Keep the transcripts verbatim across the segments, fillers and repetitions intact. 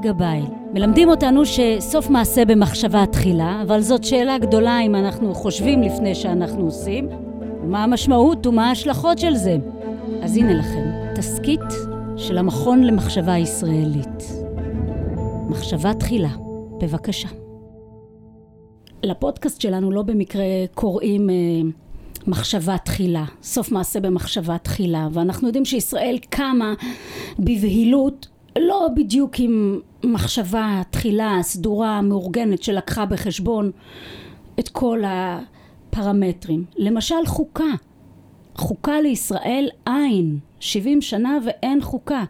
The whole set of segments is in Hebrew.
גבאי. מלמדים אותנו שסוף מעשה במחשבה תחילה, אבל זאת שאלה גדולה אם אנחנו חושבים לפני שאנחנו עושים, ומה המשמעות ומה ההשלכות של זה. אז הנה לכם, תסקית של המכון למחשבה ישראלית. מחשבה תחילה, בבקשה. לפודקאסט שלנו לא במקרה קוראים אה, מחשבה תחילה, סוף מעשה במחשבה תחילה, ואנחנו יודעים שישראל קמה בבהילות, לא בדיוק עם מחשבה תחילה סדורה מאורגנת שלקחה בחשבון את כל הפרמטרים. למשל חוקה, חוקה לישראל אין, שבעים שנה ואין חוקה.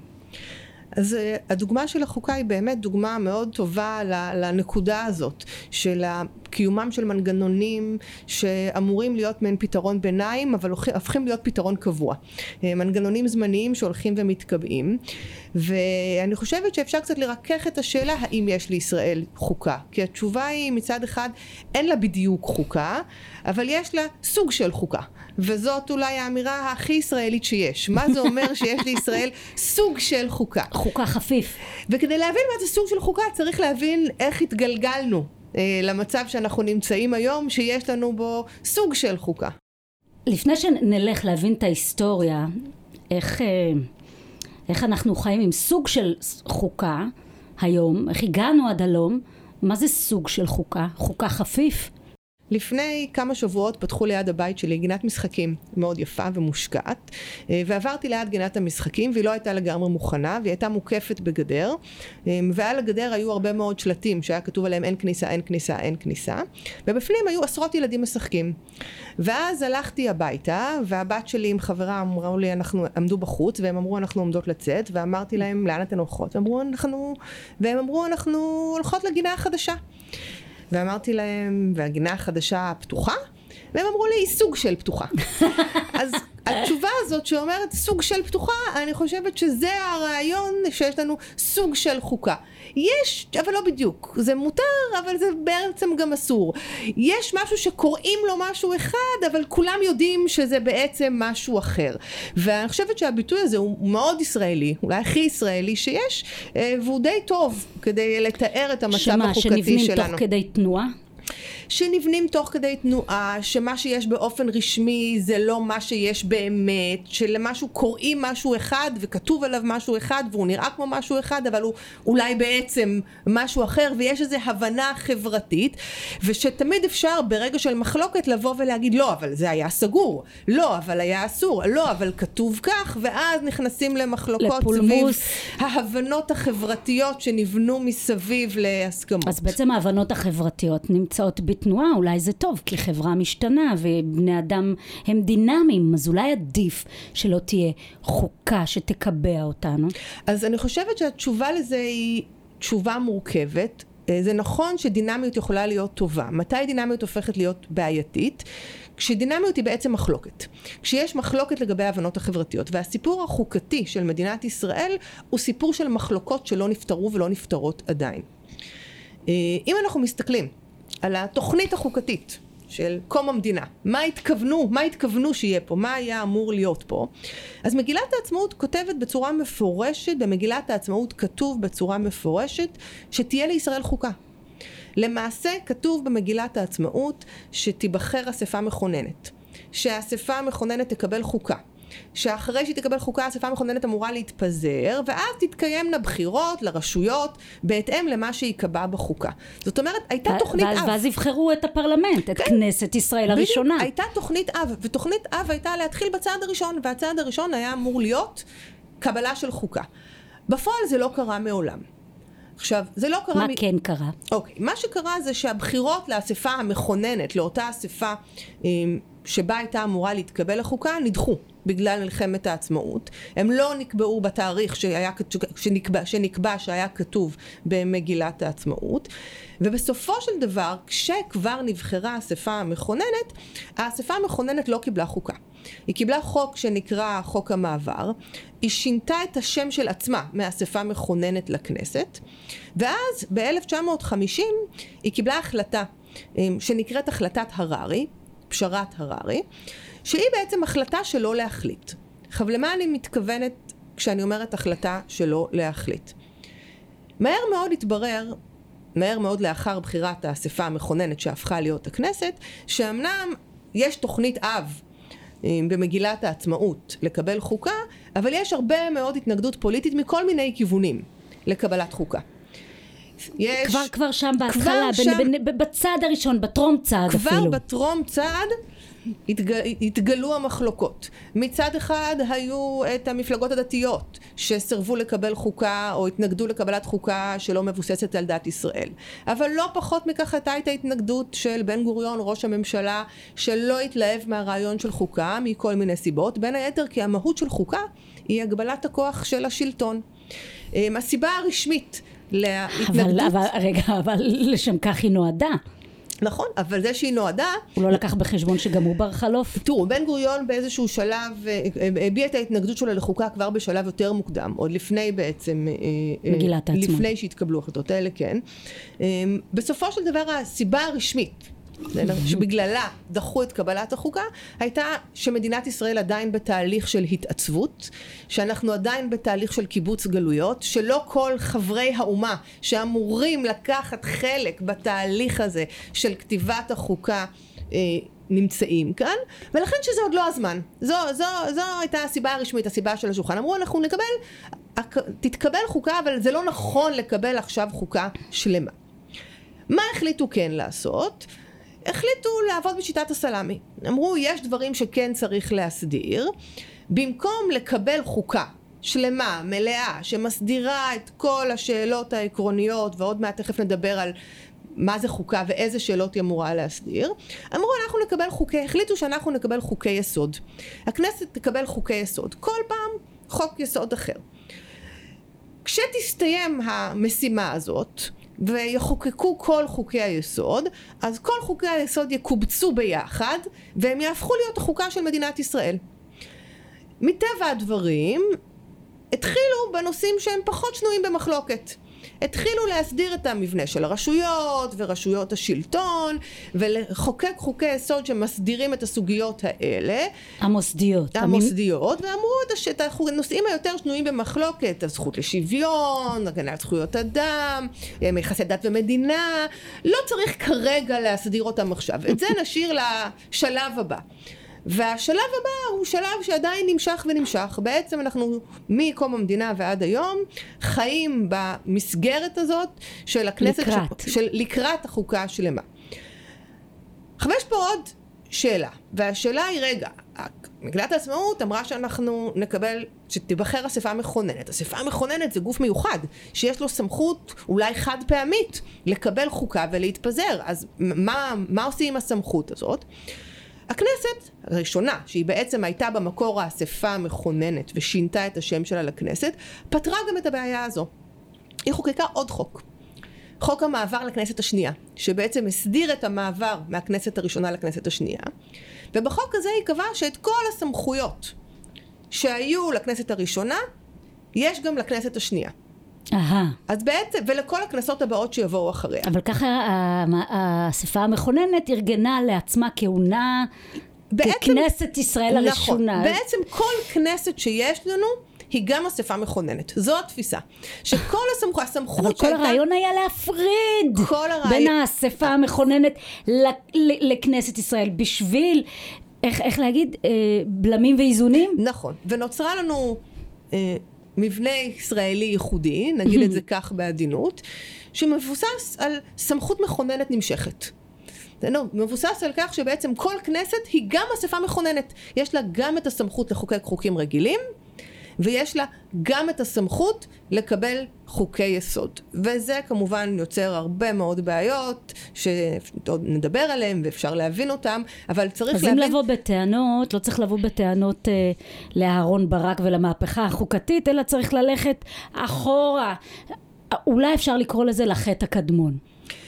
אז הדוגמה של החוקה היא באמת דוגמה מאוד טובה לנקודה הזאת של קיומם של מנגנונים שאמורים להיות מעין פתרון ביניים אבל הופכים להיות פתרון קבוע, מנגנונים זמניים שהולכים ומתקבעים. ואני חושבת שאפשר קצת לרכך את השאלה האם יש לישראל חוקה, כי התשובה היא מצד אחד אין לה בדיוק חוקה, אבל יש לה סוג של חוקה, וזאת אולי האמירה הכי ישראלית שיש. מה זה אומר שיש לישראל סוג של חוקה? חוקה חפיף. וכדי להבין מה זה סוג של חוקה צריך להבין איך התגלגלנו אה, למצב שאנחנו נמצאים היום, שיש לנו בו סוג של חוקה. לפני שנלך להבין את ההיסטוריה, איך, אה, איך אנחנו חיים עם סוג של חוקה היום, איך הגענו עד הלום, מה זה סוג של חוקה? חוקה חפיף? לפני כמה שבועות פתחו ליד הבית שלי גינת משחקים מאוד יפה ומושקעת, ועברתי ליד גינת המשחקים והיא לא הייתה לגמרי מוכנה, והיא הייתה מוקפת בגדר, ועל הגדר היו הרבה מאוד שלטים שהיה כתוב עליהם אין כניסה, אין כניסה, אין כניסה, ובפנים היו עשרות ילדים משחקים. ואז הלכתי הביתה, והבת שלי עם חברה אמרו לי, אנחנו עמדו בחוץ, והם אמרו אנחנו עומדות לצאת, ואמרתי להם לאן אתן הולכות? ואמרו, אנחנו... והם אמרו אנחנו הולכות לגינה החדשה. ואמרתי להם, והגינה החדשה פתוחה? והם אמרו לי, היא סוג של פתוחה. אז התשובה הזאת שאומרת סוג של פתוחה, אני חושבת שזה הרעיון שיש לנו סוג של חוקה. יש, אבל לא בדיוק. זה מותר, אבל זה בעצם גם אסור. יש משהו שקוראים לו משהו אחד, אבל כולם יודעים שזה בעצם משהו אחר. ואני חושבת שהביטוי הזה הוא מאוד ישראלי, אולי הכי ישראלי שיש, והוא די טוב כדי לתאר את המצב שמה, החוקתי שלנו. שנבנים תוך כדי תנועה? שנבנים תוך כדי תנועה, שמה שיש באופן רשמי זה לא מה שיש באמת, שלמשהו קוראים משהו אחד וכתוב עליו משהו אחד והוא נראה כמו משהו אחד אבל הוא אולי בעצם משהו אחר, ויש איזו הבנה חברתית, ושתמיד אפשר ברגע של מחלוקת לבוא ולהגיד לא אבל זה היה סגור, לא אבל היה אסור, לא אבל כתוב כך, ואז נכנסים למחלוקות לפולמוס. סביב ההבנות החברתיות שנבנו מסביב להסכמות. אז בעצם ההבנות החברתיות נמצאות בתנועה, אולי זה טוב, כי חברה משתנה ובני אדם הם דינמיים, אז אולי עדיף שלא תהיה חוקה שתקבע אותנו. אז אני חושבת שהתשובה לזה היא תשובה מורכבת. זה נכון שדינמיות יכולה להיות טובה. מתי דינמיות הופכת להיות בעייתית? כשדינמיות היא בעצם מחלוקת. כשיש מחלוקת לגבי ההבנות החברתיות, והסיפור החוקתי של מדינת ישראל הוא סיפור של מחלוקות שלא נפתרו ולא נפתרות עדיין. אם אנחנו מסתכלים על התוכנית החוקתית של קום המדינה, מה התכוונו, מה התכוונו שיהיה פה, מה היה אמור להיות פה, אז מגילת העצמאות כותבת בצורה מפורשת, במגילת העצמאות כתוב בצורה מפורשת שתהיה לישראל חוקה. למעשה כתוב במגילת העצמאות שתיבחר אספה מכוננת, שהאספה המכוננת תקבל חוקה, שאחרי שהיא תקבל חוקה האספה המכוננת אמורה להתפזר, ואז תתקיימנה בחירות לרשויות בהתאם למה שיקבע בחוקה. זאת אומרת, הייתה תוכנית אב. ואז יבחרו את הפרלמנט, את כנסת ישראל הראשונה. בדיוק, הייתה תוכנית אב, ותוכנית אב הייתה להתחיל בצעד הראשון, והצעד הראשון היה אמור להיות קבלה של חוקה. בפועל זה לא קרה מעולם. עכשיו, זה לא קרה... מה מ... כן קרה? אוקיי, מה שקרה זה שהבחירות לאספה המכוננת, לאותה אספה שבה הייתה אמורה להתקבל החוקה, נדחו בגלל מלחמת העצמאות. הם לא נקבעו בתאריך שהיה, שנקבע, שנקבע שהיה כתוב במגילת העצמאות. ובסופו של דבר, כשכבר נבחרה האספה המכוננת, האספה המכוננת לא קיבלה חוקה. היא קיבלה חוק שנקרא חוק המעבר, היא שינתה את השם של עצמה מהאספה מכוננת לכנסת, ואז ב-אלף תשע מאות וחמישים היא קיבלה החלטה שנקראת החלטת הררי, פשרת הררי, שהיא בעצם החלטה שלא להחליט. עכשיו, למה אני מתכוונת כשאני אומרת החלטה שלא להחליט? מהר מאוד התברר, מהר מאוד לאחר בחירת האספה המכוננת שהפכה להיות הכנסת, שאמנם יש תוכנית אב במגילת העצמאות לקבל חוקה, אבל יש הרבה מאוד התנגדות פוליטית מכל מיני כיוונים לקבלת חוקה. יש, כבר, כבר שם בהתחלה, שם, ב, ב, בצד הראשון, בטרום צעד כבר אפילו. כבר בטרום צעד התג, התגלו המחלוקות. מצד אחד היו את המפלגות הדתיות שסרבו לקבל חוקה או התנגדו לקבלת חוקה שלא מבוססת על דת ישראל. אבל לא פחות מכך הייתה את ההתנגדות של בן גוריון, ראש הממשלה, שלא התלהב מהרעיון של חוקה מכל מיני סיבות, בין היתר כי המהות של חוקה היא הגבלת הכוח של השלטון. הסיבה הרשמית להתנגדות... אבל, אבל, רגע, אבל לשם כך היא נועדה. נכון, אבל זה שהיא נועדה... הוא לא לקח בחשבון שגם הוא בר חלוף. תראו, בן גוריון באיזשהו שלב הביע את ההתנגדות שלו לחוקה כבר בשלב יותר מוקדם, עוד לפני בעצם... מגילת העצמאות. לפני שהתקבלו החלטות האלה, כן. בסופו של דבר הסיבה הרשמית, שבגללה דחו את קבלת החוקה, הייתה שמדינת ישראל עדיין בתהליך של התעצבות, שאנחנו עדיין בתהליך של קיבוץ גלויות, שלא כל חברי האומה שאמורים לקחת חלק בתהליך הזה של כתיבת החוקה אה, נמצאים כאן, ולכן שזה עוד לא הזמן. זו, זו, זו הייתה הסיבה הרשמית, הסיבה של השולחן. אמרו, אנחנו נקבל, תתקבל חוקה, אבל זה לא נכון לקבל עכשיו חוקה שלמה. מה החליטו כן לעשות? החליטו לעבוד בשיטת הסלאמי. אמרו, יש דברים שכן צריך להסדיר, במקום לקבל חוקה שלמה, מלאה, שמסדירה את כל השאלות העקרוניות, ועוד מעט תכף נדבר על מה זה חוקה ואיזה שאלות היא אמורה להסדיר, אמרו, אנחנו נקבל חוקי, החליטו שאנחנו נקבל חוקי יסוד. הכנסת תקבל חוקי יסוד. כל פעם חוק יסוד אחר. כשתסתיים המשימה הזאת, ויחוקקו כל חוקי היסוד, אז כל חוקי היסוד יקובצו ביחד, והם יהפכו להיות החוקה של מדינת ישראל. מטבע הדברים, התחילו בנושאים שהם פחות שנויים במחלוקת. התחילו להסדיר את המבנה של הרשויות ורשויות השלטון, ולחוקק חוקי יסוד שמסדירים את הסוגיות האלה. המוסדיות. המוסדיות, ואמרו את הנושאים היותר שנויים במחלוקת, הזכות לשוויון, הגנת זכויות אדם, יחסי דת ומדינה, לא צריך כרגע להסדיר אותם עכשיו. את זה נשאיר לשלב הבא. והשלב הבא הוא שלב שעדיין נמשך ונמשך. בעצם אנחנו מקום המדינה ועד היום חיים במסגרת הזאת של הכנסת, לקראת, של, של לקראת החוקה השלמה. עכשיו יש פה עוד שאלה, והשאלה היא, רגע, מגילת העצמאות אמרה שאנחנו נקבל, שתיבחר אספה מכוננת. אספה מכוננת זה גוף מיוחד שיש לו סמכות אולי חד פעמית לקבל חוקה ולהתפזר. אז מה, מה עושים עם הסמכות הזאת? הכנסת הראשונה, שהיא בעצם הייתה במקור האספה המכוננת ושינתה את השם שלה לכנסת, פתרה גם את הבעיה הזו. היא חוקקה עוד חוק. חוק המעבר לכנסת השנייה, שבעצם הסדיר את המעבר מהכנסת הראשונה לכנסת השנייה. ובחוק הזה היא קבעה שאת כל הסמכויות שהיו לכנסת הראשונה, יש גם לכנסת השנייה. אהה. אז בעצם, ולכל הכנסות הבאות שיבואו אחריה. אבל ככה האספה המכוננת ארגנה לעצמה כהונה בעצם, ככנסת ישראל הראשונה. נכון. בעצם כל כנסת שיש לנו היא גם אספה מכוננת. זו התפיסה. שכל הסמכות, הסמכות אבל כל הרעיון היה להפריד בין האספה המכוננת לכנסת ישראל בשביל, איך, איך להגיד, בלמים ואיזונים? נכון. ונוצרה לנו מבנה ישראלי ייחודי, נגיד את זה כך בעדינות, שמבוסס על סמכות מכוננת נמשכת. זה לא, מבוסס על כך שבעצם כל כנסת היא גם אספה מכוננת. יש לה גם את הסמכות לחוקק חוקים רגילים, ויש לה גם את הסמכות לקבל חוקי יסוד. וזה כמובן יוצר הרבה מאוד בעיות, שעוד נדבר עליהם ואפשר להבין אותם, אבל צריך אז להבין... אז אם לבוא בטענות, לא צריך לבוא בטענות אה, לאהרון ברק ולמהפכה החוקתית, אלא צריך ללכת אחורה. אולי אפשר לקרוא לזה לחטא הקדמון.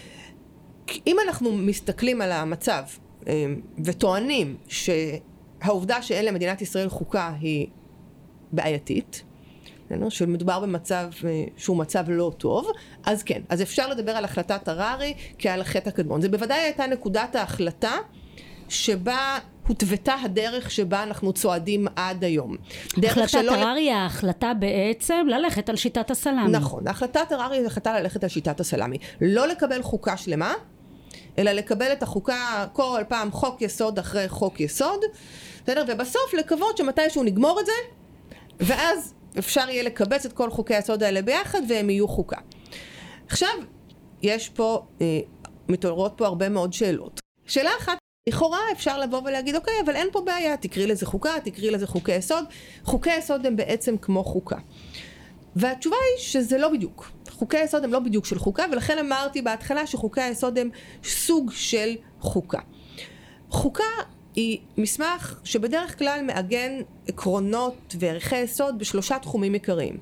אם אנחנו מסתכלים על המצב אה, וטוענים שהעובדה שאין למדינת ישראל חוקה היא בעייתית, שמדובר במצב שהוא מצב לא טוב, אז כן, אז אפשר לדבר על החלטת הררי כעל החטא הקדמון. זה בוודאי הייתה נקודת ההחלטה שבה הותוותה הדרך שבה אנחנו צועדים עד היום. החלטת הררי היא ההחלטה בעצם ללכת על שיטת הסלאמי. נכון, החלטת הררי היא החלטה ללכת על שיטת הסלאמי. לא לקבל חוקה שלמה, אלא לקבל את החוקה כל פעם חוק יסוד אחרי חוק יסוד, ובסוף לקוות שמתישהו נגמור את זה, ואז אפשר יהיה לקבץ את כל חוקי היסוד האלה ביחד והם יהיו חוקה. עכשיו, יש פה, אה, מתעוררות פה הרבה מאוד שאלות. שאלה אחת, לכאורה אפשר לבוא ולהגיד, אוקיי, אבל אין פה בעיה, תקראי לזה חוקה, תקראי לזה חוקי יסוד. חוקי יסוד הם בעצם כמו חוקה. והתשובה היא שזה לא בדיוק. חוקי היסוד הם לא בדיוק של חוקה, ולכן אמרתי בהתחלה שחוקי היסוד הם סוג של חוקה. חוקה היא מסמך שבדרך כלל מעגן עקרונות וערכי יסוד בשלושה תחומים עיקריים.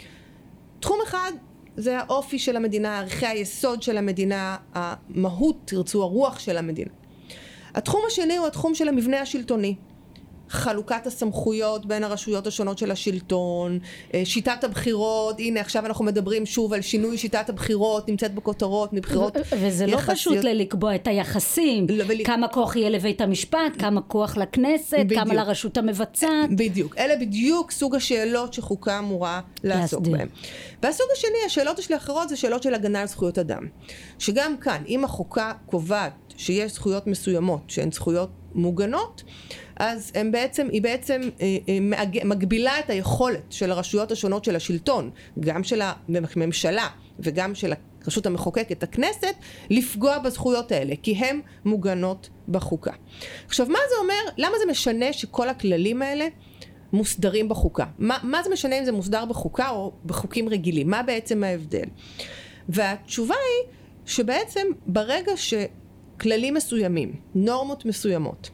תחום אחד זה האופי של המדינה, ערכי היסוד של המדינה, המהות, תרצו, הרוח של המדינה. התחום השני הוא התחום של המבנה השלטוני. חלוקת הסמכויות בין הרשויות השונות של השלטון, שיטת הבחירות, הנה עכשיו אנחנו מדברים שוב על שינוי שיטת הבחירות, נמצאת בכותרות, מבחירות וזה לא פשוט לקבוע את היחסים, כמה כוח יהיה לבית המשפט, כמה כוח לכנסת, כמה לרשות המבצעת. בדיוק, אלה בדיוק סוג השאלות שחוקה אמורה לעסוק בהן. והסוג השני, השאלות שלי אחרות, זה שאלות של הגנה על זכויות אדם. שגם כאן, אם החוקה קובעת שיש זכויות מסוימות, שהן זכויות מוגנות, אז הם בעצם, היא בעצם אה, אה, מגבילה את היכולת של הרשויות השונות של השלטון, גם של הממשלה וגם של הרשות המחוקקת, הכנסת, לפגוע בזכויות האלה, כי הן מוגנות בחוקה. עכשיו, מה זה אומר? למה זה משנה שכל הכללים האלה מוסדרים בחוקה? מה, מה זה משנה אם זה מוסדר בחוקה או בחוקים רגילים? מה בעצם ההבדל? והתשובה היא שבעצם ברגע שכללים מסוימים, נורמות מסוימות,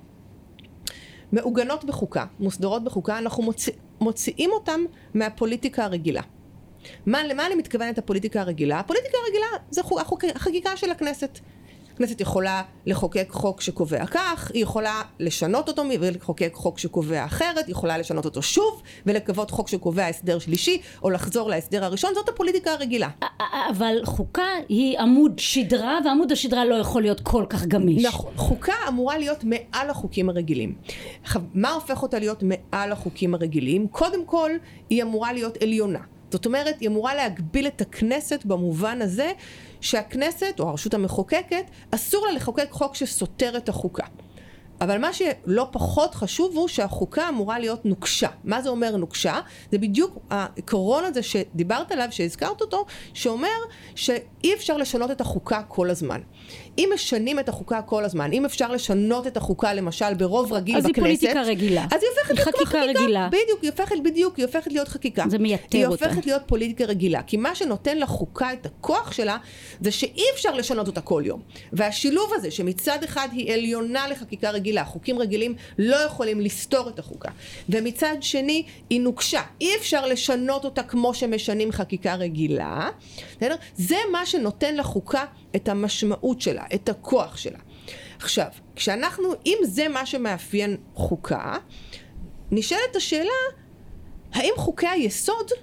מעוגנות בחוקה, מוסדרות בחוקה, אנחנו מוציא, מוציאים אותם מהפוליטיקה הרגילה. מה, למה אני מתכוונת הפוליטיקה הרגילה? הפוליטיקה הרגילה זה החוק, החקיקה של הכנסת. הכנסת יכולה לחוקק חוק שקובע כך, היא יכולה לשנות אותו ולחוקק חוק שקובע אחרת, היא יכולה לשנות אותו שוב ולקוות חוק שקובע הסדר שלישי או לחזור להסדר הראשון, זאת הפוליטיקה הרגילה. אבל חוקה היא עמוד שדרה, ועמוד השדרה לא יכול להיות כל כך גמיש. נכון, חוקה אמורה להיות מעל החוקים הרגילים. מה הופך אותה להיות מעל החוקים הרגילים? קודם כל היא אמורה להיות עליונה. זאת אומרת, היא אמורה להגביל את הכנסת במובן הזה שהכנסת או הרשות המחוקקת אסור לה לחוקק חוק שסותר את החוקה. אבל מה שלא פחות חשוב הוא שהחוקה אמורה להיות נוקשה. מה זה אומר נוקשה? זה בדיוק העיקרון הזה שדיברת עליו, שהזכרת אותו, שאומר שאי אפשר לשנות את החוקה כל הזמן. אם משנים את החוקה כל הזמן, אם אפשר לשנות את החוקה למשל ברוב רגיל אז בכנסת, היא פוליטיקה רגילה. אז היא הופכת להיות חקיקה חקיקה. רגילה. בדיוק, היא הופכת בדיוק, היא הופכת להיות חקיקה. זה מייתר היא אותה. היא הופכת להיות פוליטיקה רגילה, כי מה שנותן לחוקה את הכוח שלה, זה שאי אפשר לשנות אותה כל יום. והשילוב הזה, שמצד אחד היא עליונה לחקיקה רגילה, חוקים רגילים לא יכולים לסתור את החוקה. ומצד שני, היא נוקשה. אי אפשר לשנות אותה כמו שמשנים חקיקה רגילה. זה מה שנותן לחוקה את המשמעות שלה, את הכוח שלה. עכשיו, כשאנחנו, אם זה מה שמאפיין חוקה, נשאלת השאלה, האם חוקי היסוד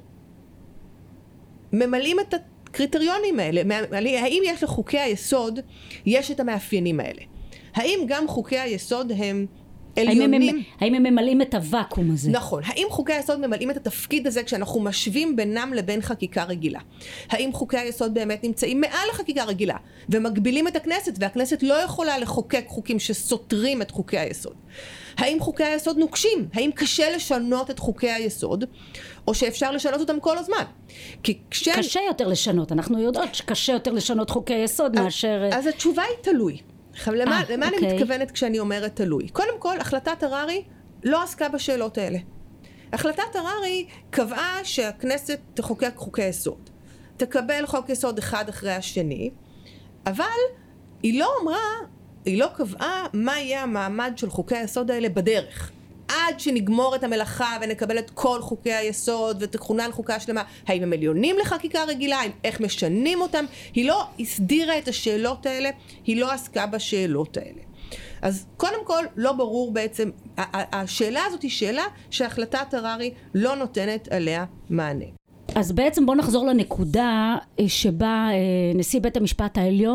ממלאים את הקריטריונים האלה? האם יש לחוקי היסוד, יש את המאפיינים האלה? האם גם חוקי היסוד הם עליונים? האם הם ממלאים את הוואקום הזה? נכון. האם חוקי היסוד ממלאים את התפקיד הזה כשאנחנו משווים בינם לבין חקיקה רגילה? האם חוקי היסוד באמת נמצאים מעל החקיקה רגילה ומגבילים את הכנסת, והכנסת לא יכולה לחוקק חוקים שסותרים את חוקי היסוד? האם חוקי היסוד נוקשים? האם קשה לשנות את חוקי היסוד, או שאפשר לשנות אותם כל הזמן? כי כש... קשה יותר לשנות. אנחנו יודעות שקשה יותר לשנות חוקי היסוד מאשר... אז התשובה היא תלוי. למה, 아, למה אוקיי. אני מתכוונת כשאני אומרת תלוי? קודם כל, החלטת הררי לא עסקה בשאלות האלה. החלטת הררי קבעה שהכנסת תחוקק חוקי יסוד. תקבל חוק יסוד אחד אחרי השני, אבל היא לא אמרה, היא לא קבעה מה יהיה המעמד של חוקי היסוד האלה בדרך. עד שנגמור את המלאכה ונקבל את כל חוקי היסוד ותכונן חוקה שלמה, האם הם עליונים לחקיקה רגילה, איך משנים אותם, היא לא הסדירה את השאלות האלה, היא לא עסקה בשאלות האלה. אז קודם כל לא ברור בעצם, השאלה הזאת היא שאלה שהחלטת הררי לא נותנת עליה מענה. אז בעצם בוא נחזור לנקודה שבה נשיא בית המשפט העליון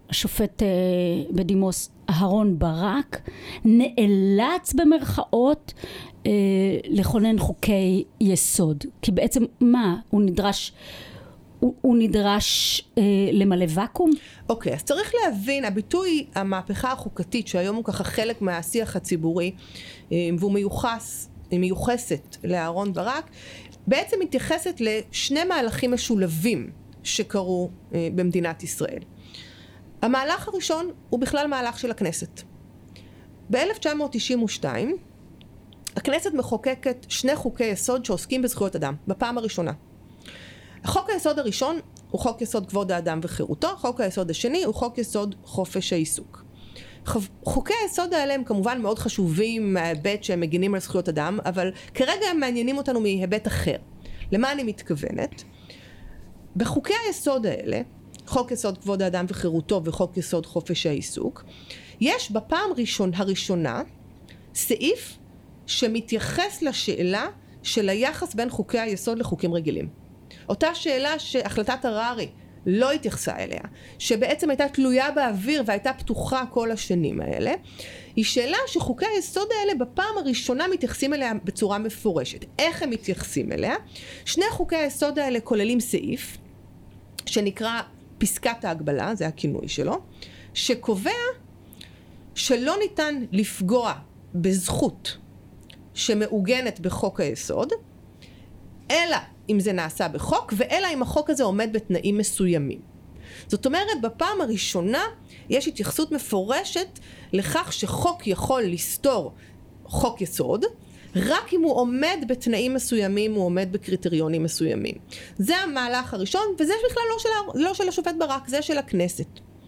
השופט בדימוס אהרון ברק נאלץ במרכאות לכונן חוקי יסוד, כי בעצם מה הוא נדרש הוא, הוא נדרש אה, למלא וקום? אוקיי, okay, אז צריך להבין, הביטוי המהפכה החוקתית שהיום הוא ככה חלק מהשיח הציבורי אה, והוא מיוחס, מיוחסת לאהרון ברק, בעצם מתייחסת לשני מהלכים משולבים שקרו אה, במדינת ישראל. המהלך הראשון הוא בכלל מהלך של הכנסת. ב-אלף תשע מאות תשעים ושתיים הכנסת מחוקקת שני חוקי יסוד שעוסקים בזכויות אדם, בפעם הראשונה. החוק היסוד הראשון הוא חוק יסוד כבוד האדם וחירותו, חוק היסוד השני הוא חוק יסוד חופש העיסוק. חוקי היסוד האלה הם כמובן מאוד חשובים מההיבט שהם מגינים על זכויות אדם, אבל כרגע הם מעניינים אותנו מהיבט אחר. למה אני מתכוונת? בחוקי היסוד האלה, חוק יסוד כבוד האדם וחירותו וחוק יסוד חופש העיסוק, יש בפעם ראשון, הראשונה סעיף שמתייחס לשאלה של היחס בין חוקי היסוד לחוקים רגילים. אותה שאלה שהחלטת הררי לא התייחסה אליה, שבעצם הייתה תלויה באוויר והייתה פתוחה כל השנים האלה, היא שאלה שחוקי היסוד האלה בפעם הראשונה מתייחסים אליה בצורה מפורשת. איך הם מתייחסים אליה? שני חוקי היסוד האלה כוללים סעיף שנקרא פסקת ההגבלה, זה הכינוי שלו, שקובע שלא ניתן לפגוע בזכות שמעוגנת בחוק היסוד, אלא אם זה נעשה בחוק, ואלא אם החוק הזה עומד בתנאים מסוימים. זאת אומרת, בפעם הראשונה יש התייחסות מפורשת לכך שחוק יכול לסתור חוק יסוד, רק אם הוא עומד בתנאים מסוימים, הוא עומד בקריטריונים מסוימים. זה המהלך הראשון, וזה בכלל לא של, לא של השופט ברק, זה של הכנסת.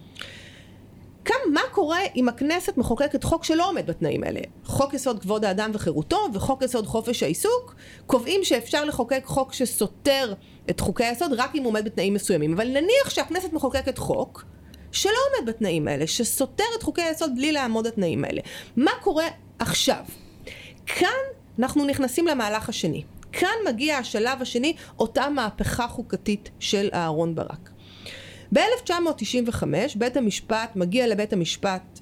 כאן, מה קורה אם הכנסת מחוקקת חוק שלא עומד בתנאים האלה? חוק יסוד כבוד האדם וחירותו וחוק יסוד חופש העיסוק קובעים שאפשר לחוקק חוק שסותר את חוקי היסוד רק אם הוא עומד בתנאים מסוימים. אבל נניח שהכנסת מחוקקת חוק שלא עומד בתנאים האלה, שסותר את חוקי היסוד בלי לעמוד התנאים האלה. מה קורה עכשיו? כאן אנחנו נכנסים למהלך השני. כאן מגיע השלב השני, אותה מהפכה חוקתית של אהרון ברק. ב-אלף תשע מאות תשעים וחמש בית המשפט מגיע לבית המשפט,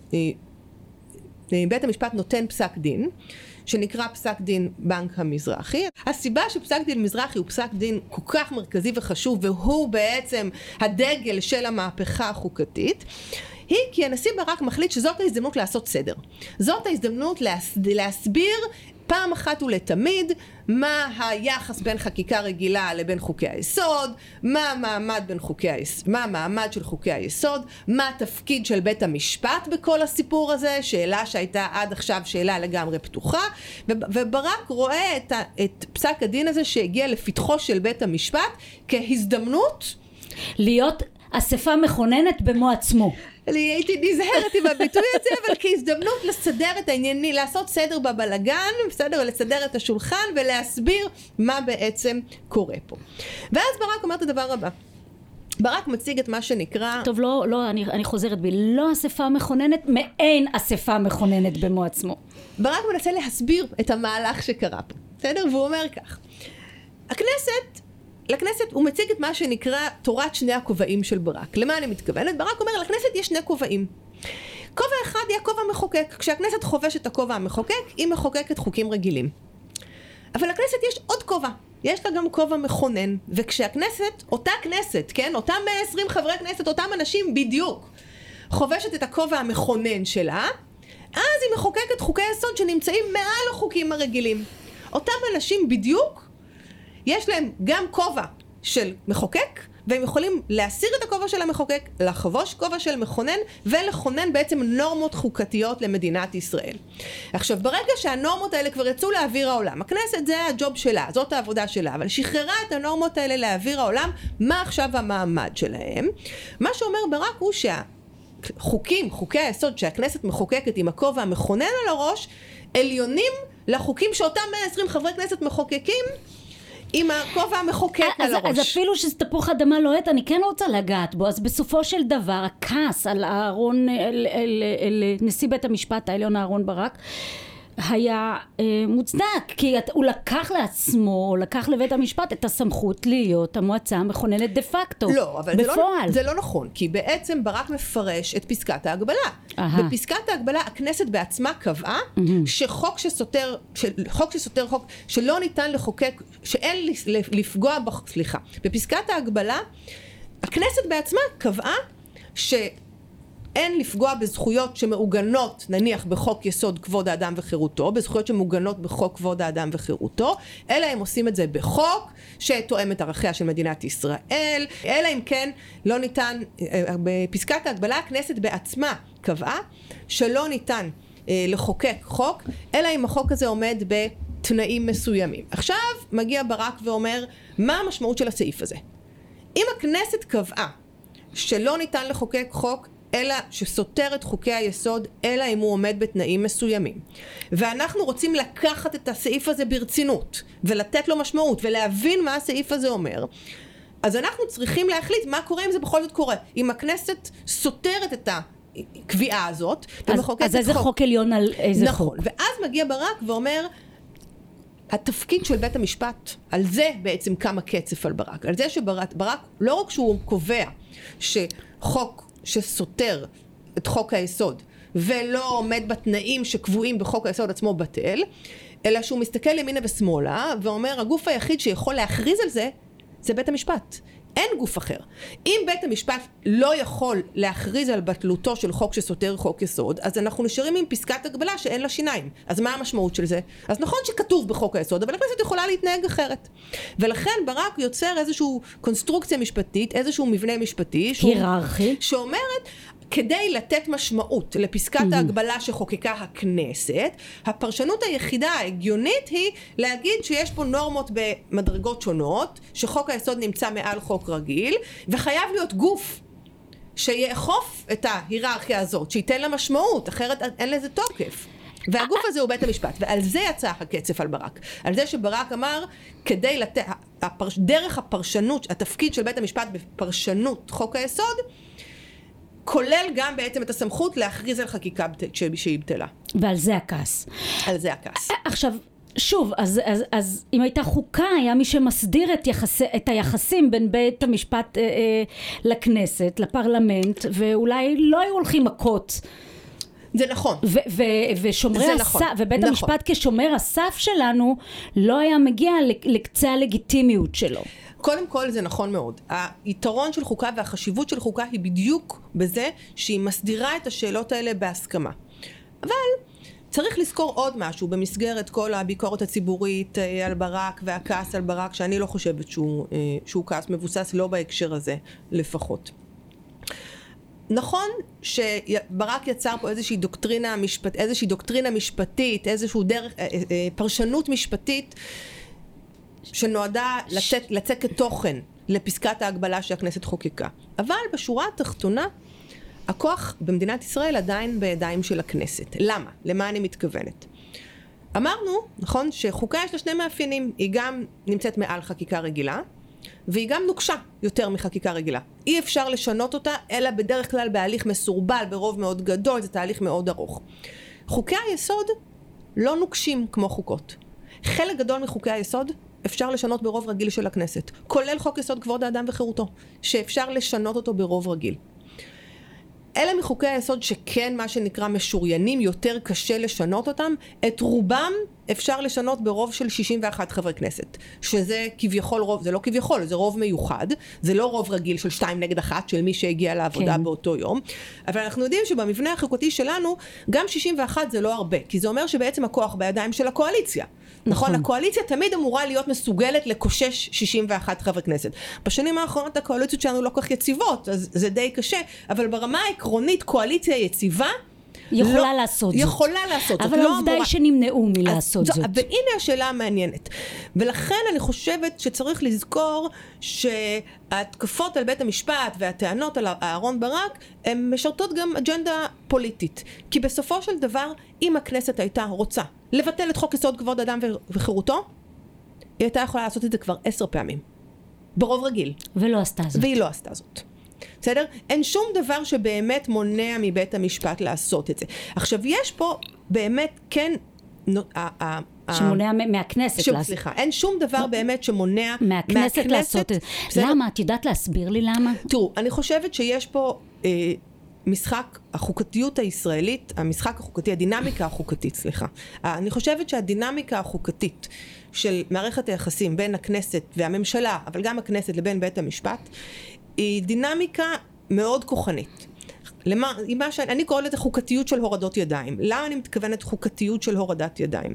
בית המשפט נותן פסק דין, שנקרא פסק דין בנק המזרחי. הסיבה שפסק דין מזרחי הוא פסק דין כל כך מרכזי וחשוב, והוא בעצם הדגל של המהפכה החוקתית, היא כי הנשיא ברק מחליט שזאת ההזדמנות לעשות סדר. זאת ההזדמנות להס... להסביר פעם אחת ולתמיד מה היחס בין חקיקה רגילה לבין חוקי היסוד, מה המעמד בין חוקי היסוד, מה המעמד של חוקי היסוד, מה התפקיד של בית המשפט בכל הסיפור הזה, שאלה שהייתה עד עכשיו שאלה לגמרי פתוחה, וברק רואה את, ה... את פסק הדין הזה שהגיע לפתחו של בית המשפט כהזדמנות להיות אספה מכוננת במו עצמו. אני הייתי נזהרת עם הביטוי הזה, אבל כהזדמנות לסדר את העניינים, לעשות סדר בבלגן, בסדר, לסדר את השולחן ולהסביר מה בעצם קורה פה. ואז ברק אומר את הדבר הבא. ברק מציג את מה שנקרא... טוב, לא, לא, אני, אני חוזרת בי, לא אספה מכוננת, מעין אספה מכוננת במו עצמו. ברק מנסה להסביר את המהלך שקרה פה, בסדר? והוא אומר כך. הכנסת... לכנסת הוא מציג את מה שנקרא תורת שני הכובעים של ברק. למה אני מתכוונת? ברק אומר, לכנסת יש שני כובעים. כובע אחד היא הכובע המחוקק. כשהכנסת חובש את הכובע המחוקק, היא מחוקקת חוקים רגילים. אבל לכנסת יש עוד כובע. יש לה גם כובע מכונן. וכשהכנסת, אותה כנסת, כן? אותם מאה ועשרים חברי כנסת, אותם אנשים בדיוק, חובשת את הכובע המכונן שלה, אז היא מחוקקת חוקי יסוד שנמצאים מעל החוקים הרגילים. אותם אנשים בדיוק יש להם גם כובע של מחוקק, והם יכולים להסיר את הכובע של המחוקק, לחבוש כובע של מכונן, ולכונן בעצם נורמות חוקתיות למדינת ישראל. עכשיו, ברגע שהנורמות האלה כבר יצאו לאוויר העולם, הכנסת זה הג'וב שלה, זאת העבודה שלה, אבל שחררה את הנורמות האלה לאוויר העולם, מה עכשיו המעמד שלהם? מה שאומר ברק הוא שהחוקים, חוקי היסוד שהכנסת מחוקקת עם הכובע המכונן על הראש, עליונים לחוקים שאותם מאה ועשרים חברי כנסת מחוקקים, עם הכובע המחוקק אז, על הראש. אז אפילו שזה תפוח אדמה לוהט, אני כן רוצה לגעת בו. אז בסופו של דבר, הכעס על אהרון, אל, אל, אל, אל נשיא בית המשפט העליון אהרון ברק, היה אה, מוצדק, כי את, הוא לקח לעצמו, או לקח לבית המשפט את הסמכות להיות המועצה המכוננת דה פקטו. לא, אבל בפועל. זה לא, זה לא נכון, כי בעצם ברק מפרש את פסקת ההגבלה. Aha. בפסקת ההגבלה הכנסת בעצמה קבעה mm-hmm. שחוק שסותר, חוק שסותר חוק שלא ניתן לחוקק, שאין לפגוע, בח, סליחה, בפסקת ההגבלה, הכנסת בעצמה קבעה ש... אין לפגוע בזכויות שמעוגנות נניח בחוק יסוד כבוד האדם וחירותו, בזכויות שמעוגנות בחוק כבוד האדם וחירותו, אלא הם עושים את זה בחוק שתואם את ערכיה של מדינת ישראל, אלא אם כן לא ניתן, בפסקת ההגבלה הכנסת בעצמה קבעה שלא ניתן אה, לחוקק חוק, אלא אם החוק הזה עומד בתנאים מסוימים. עכשיו מגיע ברק ואומר, מה המשמעות של הסעיף הזה? אם הכנסת קבעה שלא ניתן לחוקק חוק, אלא שסותר את חוקי היסוד, אלא אם הוא עומד בתנאים מסוימים. ואנחנו רוצים לקחת את הסעיף הזה ברצינות, ולתת לו משמעות, ולהבין מה הסעיף הזה אומר, אז אנחנו צריכים להחליט מה קורה אם זה בכל זאת קורה. אם הכנסת סותרת את הקביעה הזאת, אז, אז איזה חוק. חוק עליון על איזה נכון. חוק? ואז מגיע ברק ואומר, התפקיד של בית המשפט, על זה בעצם כמה קצף על ברק. על זה שברק, ברק, לא רק שהוא קובע שחוק שסותר את חוק היסוד ולא עומד בתנאים שקבועים בחוק היסוד עצמו בטל, אלא שהוא מסתכל ימינה ושמאלה ואומר, הגוף היחיד שיכול להכריז על זה, זה בית המשפט. אין גוף אחר. אם בית המשפט לא יכול להכריז על בטלותו של חוק שסותר חוק יסוד, אז אנחנו נשארים עם פסקת הגבלה שאין לה שיניים. אז מה המשמעות של זה? אז נכון שכתוב בחוק היסוד, אבל הכנסת יכולה להתנהג אחרת. ולכן ברק יוצר איזשהו קונסטרוקציה משפטית, איזשהו מבנה משפטי, היררכי, שאומרת, כדי לתת משמעות לפסקת mm-hmm. ההגבלה שחוקקה הכנסת, הפרשנות היחידה ההגיונית היא להגיד שיש פה נורמות במדרגות שונות, שחוק היסוד נמצא מעל חוק רגיל, וחייב להיות גוף שיאכוף את ההיררכיה הזאת, שייתן לה משמעות, אחרת אין לזה תוקף. והגוף הזה הוא בית המשפט, ועל זה יצא הקצף על ברק. על זה שברק אמר, כדי לתת, הפרש, דרך הפרשנות, התפקיד של בית המשפט בפרשנות חוק היסוד, כולל גם בעצם את הסמכות להכריז על חקיקה שהיא בטלה. ועל זה הכעס. על זה הכעס. עכשיו, שוב, אז, אז, אז אם הייתה חוקה, היה מי שמסדיר את, יחסי, את היחסים בין בית המשפט אה, אה, לכנסת, לפרלמנט, ואולי לא היו הולכים מכות. זה נכון. ו- ו- ושומרי הסף, נכון. ובית נכון. המשפט כשומר הסף שלנו, לא היה מגיע לקצה הלגיטימיות שלו. קודם כל זה נכון מאוד. היתרון של חוקה והחשיבות של חוקה היא בדיוק בזה שהיא מסדירה את השאלות האלה בהסכמה. אבל צריך לזכור עוד משהו במסגרת כל הביקורת הציבורית על ברק והכעס על ברק, שאני לא חושבת שהוא, שהוא כעס מבוסס, לא בהקשר הזה לפחות. נכון שברק יצר פה איזושהי דוקטרינה, משפט, איזושהי דוקטרינה משפטית, איזושהי דרך, פרשנות משפטית, שנועדה לצאת, לצאת כתוכן לפסקת ההגבלה שהכנסת חוקקה. אבל בשורה התחתונה, הכוח במדינת ישראל עדיין בידיים של הכנסת. למה? למה אני מתכוונת? אמרנו, נכון, שחוקה יש לה שני מאפיינים. היא גם נמצאת מעל חקיקה רגילה, והיא גם נוקשה יותר מחקיקה רגילה. אי אפשר לשנות אותה, אלא בדרך כלל בהליך מסורבל, ברוב מאוד גדול, זה תהליך מאוד ארוך. חוקי היסוד לא נוקשים כמו חוקות. חלק גדול מחוקי היסוד אפשר לשנות ברוב רגיל של הכנסת, כולל חוק יסוד כבוד האדם וחירותו, שאפשר לשנות אותו ברוב רגיל. אלה מחוקי היסוד שכן מה שנקרא משוריינים, יותר קשה לשנות אותם, את רובם אפשר לשנות ברוב של שישים ואחת חברי כנסת, שזה כביכול רוב, זה לא כביכול, זה רוב מיוחד, זה לא רוב רגיל של שתיים נגד אחת של מי שהגיע לעבודה כן. באותו יום, אבל אנחנו יודעים שבמבנה החוקתי שלנו, גם שישים ואחת זה לא הרבה, כי זה אומר שבעצם הכוח בידיים של הקואליציה. נכון. נכון, הקואליציה תמיד אמורה להיות מסוגלת לקושש שישים ואחת חברי כנסת. בשנים האחרונות הקואליציות שלנו לא כך יציבות, אז זה די קשה, אבל ברמה העקרונית קואליציה יציבה, יכולה לא, לעשות זאת. יכולה לעשות אבל זאת. אבל העובדה היא שנמנעו מלעשות אז, זאת. והנה השאלה המעניינת. ולכן אני חושבת שצריך לזכור שההתקפות על בית המשפט והטענות על אהרון ברק, הן משרתות גם אג'נדה פוליטית. כי בסופו של דבר, אם הכנסת הייתה רוצה לבטל את חוק יסוד כבוד אדם וחירותו, היא הייתה יכולה לעשות את זה כבר עשר פעמים. ברוב רגיל. ולא עשתה זאת. והיא לא עשתה זאת. בסדר? אין שום דבר שבאמת מונע מבית המשפט לעשות את זה. עכשיו, יש פה באמת כן שמונע מהכנסת שוב, סליחה, אין שום דבר באמת שמונע מהכנסת לעשות את זה. למה? את יודעת להסביר לי למה? תראו, אני חושבת שיש פה אה, משחק, החוקתיות הישראלית, המשחק החוקתי, הדינמיקה החוקתית, סליחה. אני חושבת שהדינמיקה החוקתית של מערכת היחסים בין הכנסת והממשלה, אבל גם הכנסת לבין בית המשפט, היא דינמיקה מאוד כוחנית. למה, מה שאני, אני קוראת לזה חוקתיות של הורדות ידיים. למה אני מתכוונת חוקתיות של הורדת ידיים?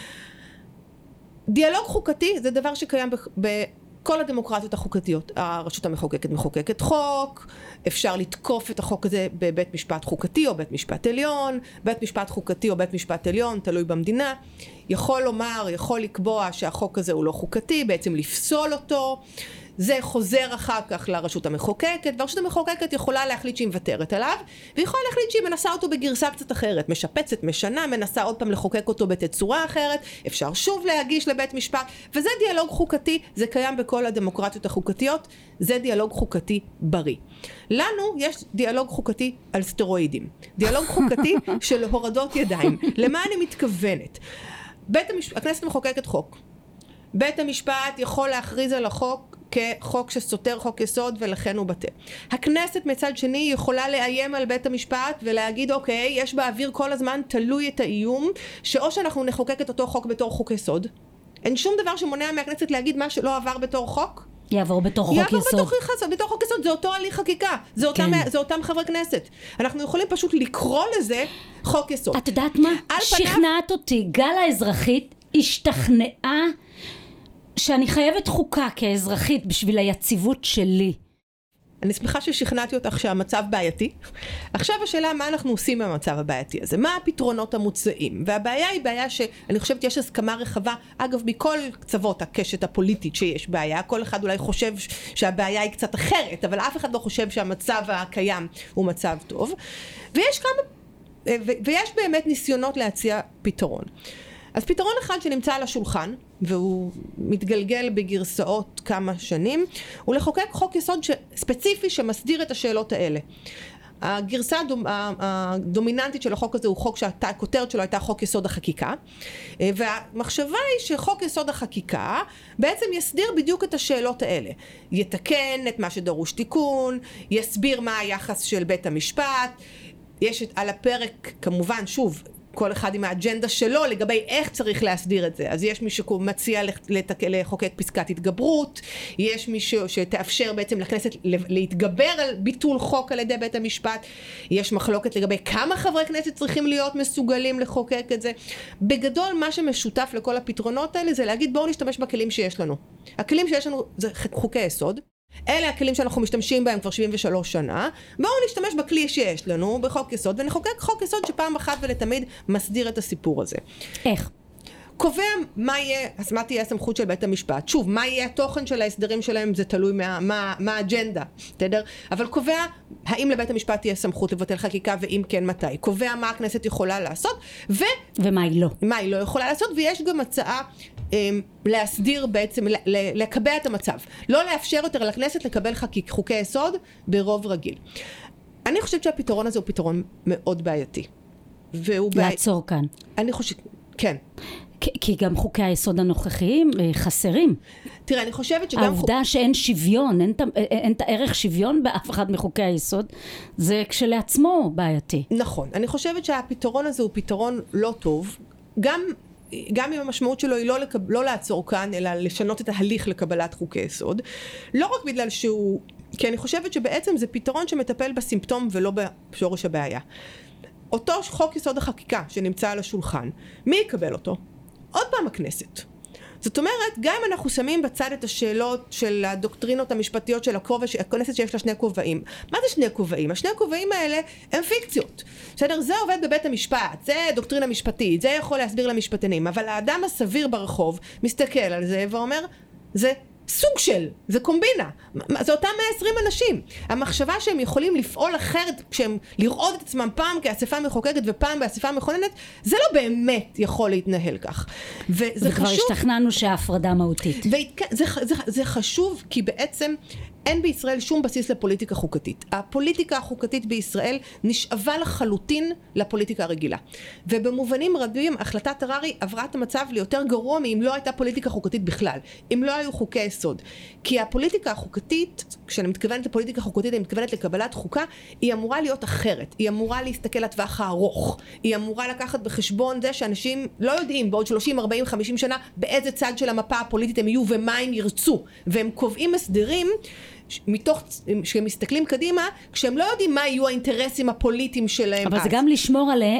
דיאלוג חוקתי זה דבר שקיים בכל הדמוקרטיות החוקתיות. הרשות המחוקקת מחוקקת חוק, אפשר לתקוף את החוק הזה בבית משפט חוקתי או בית משפט עליון, בית משפט חוקתי או בית משפט עליון, תלוי במדינה, יכול לומר, יכול לקבוע שהחוק הזה הוא לא חוקתי, בעצם לפסול אותו, זה חוזר אחר כך לרשות המחוקקת, והרשות המחוקקת יכולה להחליט שהיא מוותרת עליו, והיא יכולה להחליט שהיא מנסה אותו בגרסה קצת אחרת, משפצת, משנה, מנסה עוד פעם לחוקק אותו בתצורה אחרת, אפשר שוב להגיש לבית משפט, וזה דיאלוג חוקתי, זה קיים בכל הדמוקרטיות החוקתיות, זה דיאלוג חוקתי בריא. לנו יש דיאלוג חוקתי על סטרואידים, דיאלוג חוקתי של הורדות ידיים. למה אני מתכוונת? בית המשפט, הכנסת מחוקקת חוק. בית המשפט יכול להכריז על החוק כחוק שסותר חוק יסוד ולכן הוא בטל. הכנסת מצד שני יכולה לאיים על בית המשפט ולהגיד אוקיי, יש באוויר כל הזמן תלוי את האיום שאו שאנחנו נחוקק את אותו חוק בתור חוק יסוד. אין שום דבר שמונע מהכנסת להגיד מה שלא עבר בתור חוק. יעבור בתור חוק יעבור יסוד. יעבור בתור, בתור חוק יסוד, זה אותו הליך חקיקה. זה אותם, כן. זה אותם חברי כנסת. אנחנו יכולים פשוט לקרוא לזה חוק יסוד. את יודעת מה? שכנעת פניו... אותי. גל האזרחית השתכנעה שאני חייבת חוקה כאזרחית בשביל היציבות שלי. אני שמחה ששכנעתי אותך שהמצב בעייתי. עכשיו השאלה מה אנחנו עושים במצב הבעייתי הזה. מה הפתרונות המוצעים? והבעיה היא בעיה שאני חושבת יש הסכמה רחבה, אגב מכל קצוות הקשת הפוליטית שיש בעיה. כל אחד אולי חושב שהבעיה היא קצת אחרת, אבל אף אחד לא חושב שהמצב הקיים הוא מצב טוב. ויש כמה, ויש באמת ניסיונות להציע פתרון. אז פתרון אחד שנמצא על השולחן, והוא מתגלגל בגרסאות כמה שנים, הוא לחוקק חוק יסוד ספציפי שמסדיר את השאלות האלה. הגרסה הדומיננטית של החוק הזה הוא חוק שהכותרת שלו הייתה חוק יסוד החקיקה, והמחשבה היא שחוק יסוד החקיקה בעצם יסדיר בדיוק את השאלות האלה. יתקן את מה שדרוש תיקון, יסביר מה היחס של בית המשפט, יש על הפרק כמובן שוב, כל אחד עם האג'נדה שלו לגבי איך צריך להסדיר את זה. אז יש מי שמציע לחוקק פסקת התגברות, יש מי שתאפשר בעצם לכנסת להתגבר על ביטול חוק על ידי בית המשפט, יש מחלוקת לגבי כמה חברי כנסת צריכים להיות מסוגלים לחוקק את זה. בגדול מה שמשותף לכל הפתרונות האלה זה להגיד בואו נשתמש בכלים שיש לנו. הכלים שיש לנו זה חוקי יסוד, אלה הכלים שאנחנו משתמשים בהם כבר שבעים ושלוש שנה, בואו נשתמש בכלי שיש לנו בחוק יסוד ונחוקק חוק יסוד שפעם אחת ולתמיד מסדיר את הסיפור הזה. איך? קובע מה יהיה, אז מה תהיה הסמכות של בית המשפט. שוב, מה יהיה התוכן של ההסדרים שלהם זה תלוי מה, מה, מה האג'נדה, תדר? אבל קובע האם לבית המשפט תהיה סמכות לבטל חקיקה ואם כן מתי. קובע מה הכנסת יכולה לעשות ו... ומה היא לא. מה היא לא יכולה לעשות, ויש גם הצעה להסדיר בעצם, לקבע את המצב. לא לאפשר יותר לכנסת לקבל חקיק, חוקי יסוד ברוב רגיל. אני חושבת שהפתרון הזה הוא פתרון מאוד בעייתי. לעצור כאן. אני חושבת, כן. כי גם חוקי היסוד הנוכחיים חסרים. תראה, אני חושבת שגם... העובדה שאין שוויון, אין, אין את הערך שוויון באף אחד מחוקי היסוד, זה כשלעצמו בעייתי. נכון. אני חושבת שהפתרון הזה הוא פתרון לא טוב. גם... גם אם המשמעות שלו היא לא, לקב... לא לעצור כאן, אלא לשנות את ההליך לקבלת חוקי יסוד. לא רק בגלל שהוא... כי אני חושבת שבעצם זה פתרון שמטפל בסימפטום ולא בשורש הבעיה. אותו חוק יסוד החקיקה שנמצא על השולחן, מי יקבל אותו? עוד פעם הכנסת. זאת אומרת, גם אם אנחנו שמים בצד את השאלות של הדוקטרינות המשפטיות של הכובע, הכנסת שיש לה שני כובעים. מה זה שני כובעים? השני הכובעים האלה הם פיקציות. בסדר? זה עובד בבית המשפט, זה דוקטרינה משפטית, זה יכול להסביר למשפטנים, אבל האדם הסביר ברחוב מסתכל על זה ואומר, זה סוג של, זה קומבינה. זה אותם מאה ועשרים אנשים. המחשבה שהם יכולים לפעול אחרת, כשהם לראות את עצמם פעם כאספה מחוקקת ופעם באספה מכוננת, זה לא באמת יכול להתנהל כך. וזה וכבר חשוב... השתכנענו שההפרדה מהותית. זה, זה, זה, זה חשוב כי בעצם אין בישראל שום בסיס לפוליטיקה חוקתית. הפוליטיקה החוקתית בישראל נשאבה לחלוטין לפוליטיקה הרגילה. ובמובנים רבים, החלטת הררי עברה את המצב ליותר גרוע מאם לא הייתה פוליטיקה חוקתית בכלל. אם לא היו חוקי יסוד. כי הפוליטיקה החוקתית, כשאני מתכוונת לפוליטיקה חוקתית, אני מתכוונת לקבלת חוקה, היא אמורה להיות אחרת. היא אמורה להסתכל לטווח הארוך. היא אמורה לקחת בחשבון זה שאנשים לא יודעים בעוד שלושים, ארבעים, חמישים שנה באיזה צד של המפה הפוליטית הם יהיו ומה הם ירצו. והם קובעים הסדרים מתוך, שהם מסתכלים קדימה, כשהם לא יודעים מה יהיו האינטרסים הפוליטיים שלהם. אבל אז. זה גם לשמור עלי,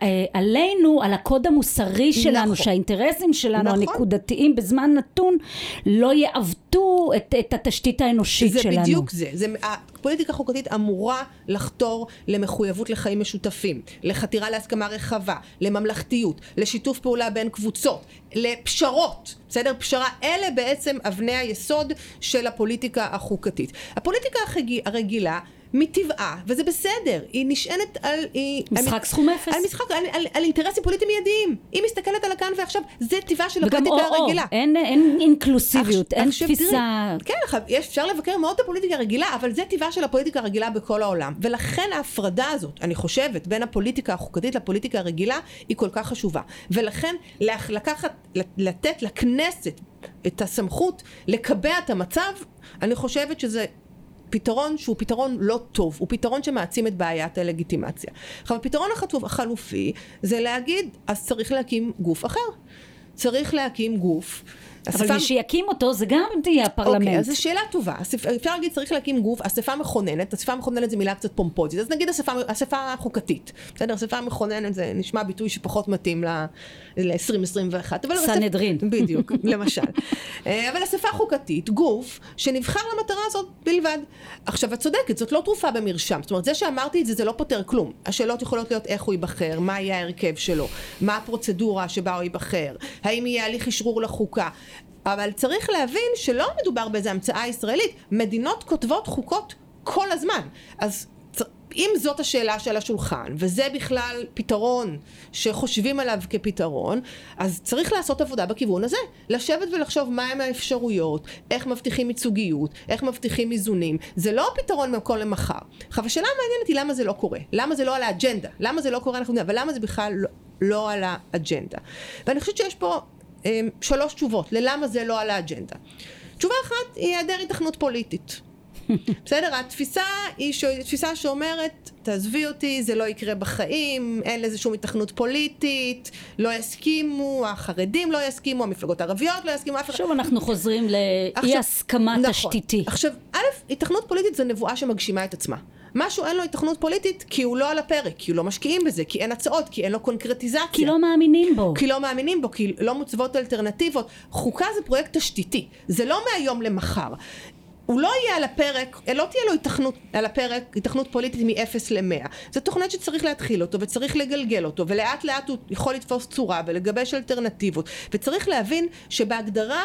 עלינו, על הקוד המוסרי שלנו, נכון. שהאינטרסים שלנו, נכון. הנקודתיים, בזמן נתון, לא יעוותו את, את התשתית האנושית זה שלנו. זה בדיוק זה. זה. הפוליטיקה החוקתית אמורה לחתור למחויבות לחיים משותפים, לחתירה להסכמה רחבה, לממלכתיות, לשיתוף פעולה בין קבוצות, לפשרות, בסדר? פשרה, אלה בעצם אבני היסוד של הפוליטיקה החוקתית. הפוליטיקה הרגילה, מטבעה, וזה בסדר, היא נשענת על... היא, משחק על, סכום אפס. על משחק, על, על, על אינטרסים פוליטיים מיידיים. היא מסתכלת על הכאן ועכשיו, זה טבעה של הפוליטיקה או, הרגילה. או, אין, אין אינקלוסיביות, אין עכשיו, תפיסה... תראי, כן, יש, אפשר לבקר מאוד את הפוליטיקה הרגילה, אבל זה טבעה של הפוליטיקה הרגילה בכל העולם. ולכן ההפרדה הזאת, אני חושבת, בין הפוליטיקה החוקתית לפוליטיקה הרגילה, היא כל כך חשובה. ולכן, לקחת, לתת לכנסת את הסמכות לקבע את המצב, אני חושבת שזה פתרון שהוא פתרון לא טוב, הוא פתרון שמעצים את בעיית הלגיטימציה. עכשיו, הפתרון החלופי זה להגיד, אז צריך להקים גוף אחר. צריך להקים גוף. אבל מי שיקים אותו זה גם אם תהיה הפרלמנט. אוקיי, אז זו שאלה טובה. אפשר להגיד, צריך להקים גוף, אספה מכוננת, אספה מכוננת זה מילה קצת פומפוזית, אז נגיד אספה, אספה חוקתית. בסדר, אספה מכוננת זה נשמע ביטוי שפחות מתאים ל-עשרים עשרים ואחת. סנהדרין. בדיוק, למשל. אבל אספה חוקתית, גוף, שנבחר למטרה הזאת בלבד. עכשיו, את צודקת, זאת לא תרופה במרשם. זאת אומרת, זה שאמרתי את זה, זה לא פותר כלום. השאלות יכולות להיות איך הוא ייבחר, מה יהיה ההרכב שלו, מה הפרוצדורה שבה הוא ייבחר, האם יהיה הליך אשרור לחוקה. אבל צריך להבין שלא מדובר באיזו המצאה ישראלית, מדינות כותבות חוקות כל הזמן. אז אם זאת השאלה של השולחן, וזה בכלל פתרון שחושבים עליו כפתרון, אז צריך לעשות עבודה בכיוון הזה. לשבת ולחשוב מהם האפשרויות, איך מבטיחים ייצוגיות, איך מבטיחים איזונים. זה לא פתרון מהכל למחר. עכשיו, השאלה מעניינת היא למה זה לא קורה. למה זה לא על האג'נדה? למה זה לא קורה? אנחנו יודעים, אבל למה זה בכלל לא, לא על האג'נדה? ואני חושבת שיש פה שלוש תשובות ללמה זה לא על האג'נדה. תשובה אחת היא היעדר היתכנות פוליטית. בסדר? התפיסה היא ש... תפיסה שאומרת, תעזבי אותי, זה לא יקרה בחיים, אין לזה שום היתכנות פוליטית, לא יסכימו, החרדים לא יסכימו, המפלגות הערביות לא יסכימו, אף אחד... שוב אנחנו חוזרים לאי הסכמה תשתיתי. עכשיו, א', היתכנות פוליטית זו נבואה שמגשימה את עצמה. משהו אין לו היתכנות פוליטית כי הוא לא על הפרק, כי הוא לא משקיעים בזה, כי אין הצעות, כי אין לו קונקרטיזציה. כי לא מאמינים בו. כי לא מאמינים בו, כי לא מוצבות אלטרנטיבות. חוקה זה פרויקט תשתיתי, זה לא מהיום למחר. הוא לא יהיה על הפרק, לא תהיה לו התכנות על הפרק, התכנות פוליטית מ-אפס ל-מאה. זה תוכנית שצריך להתחיל אותו וצריך לגלגל אותו, ולאט לאט הוא יכול לתפוס צורה ולגבש אלטרנטיבות. וצריך להבין שבהגדרה,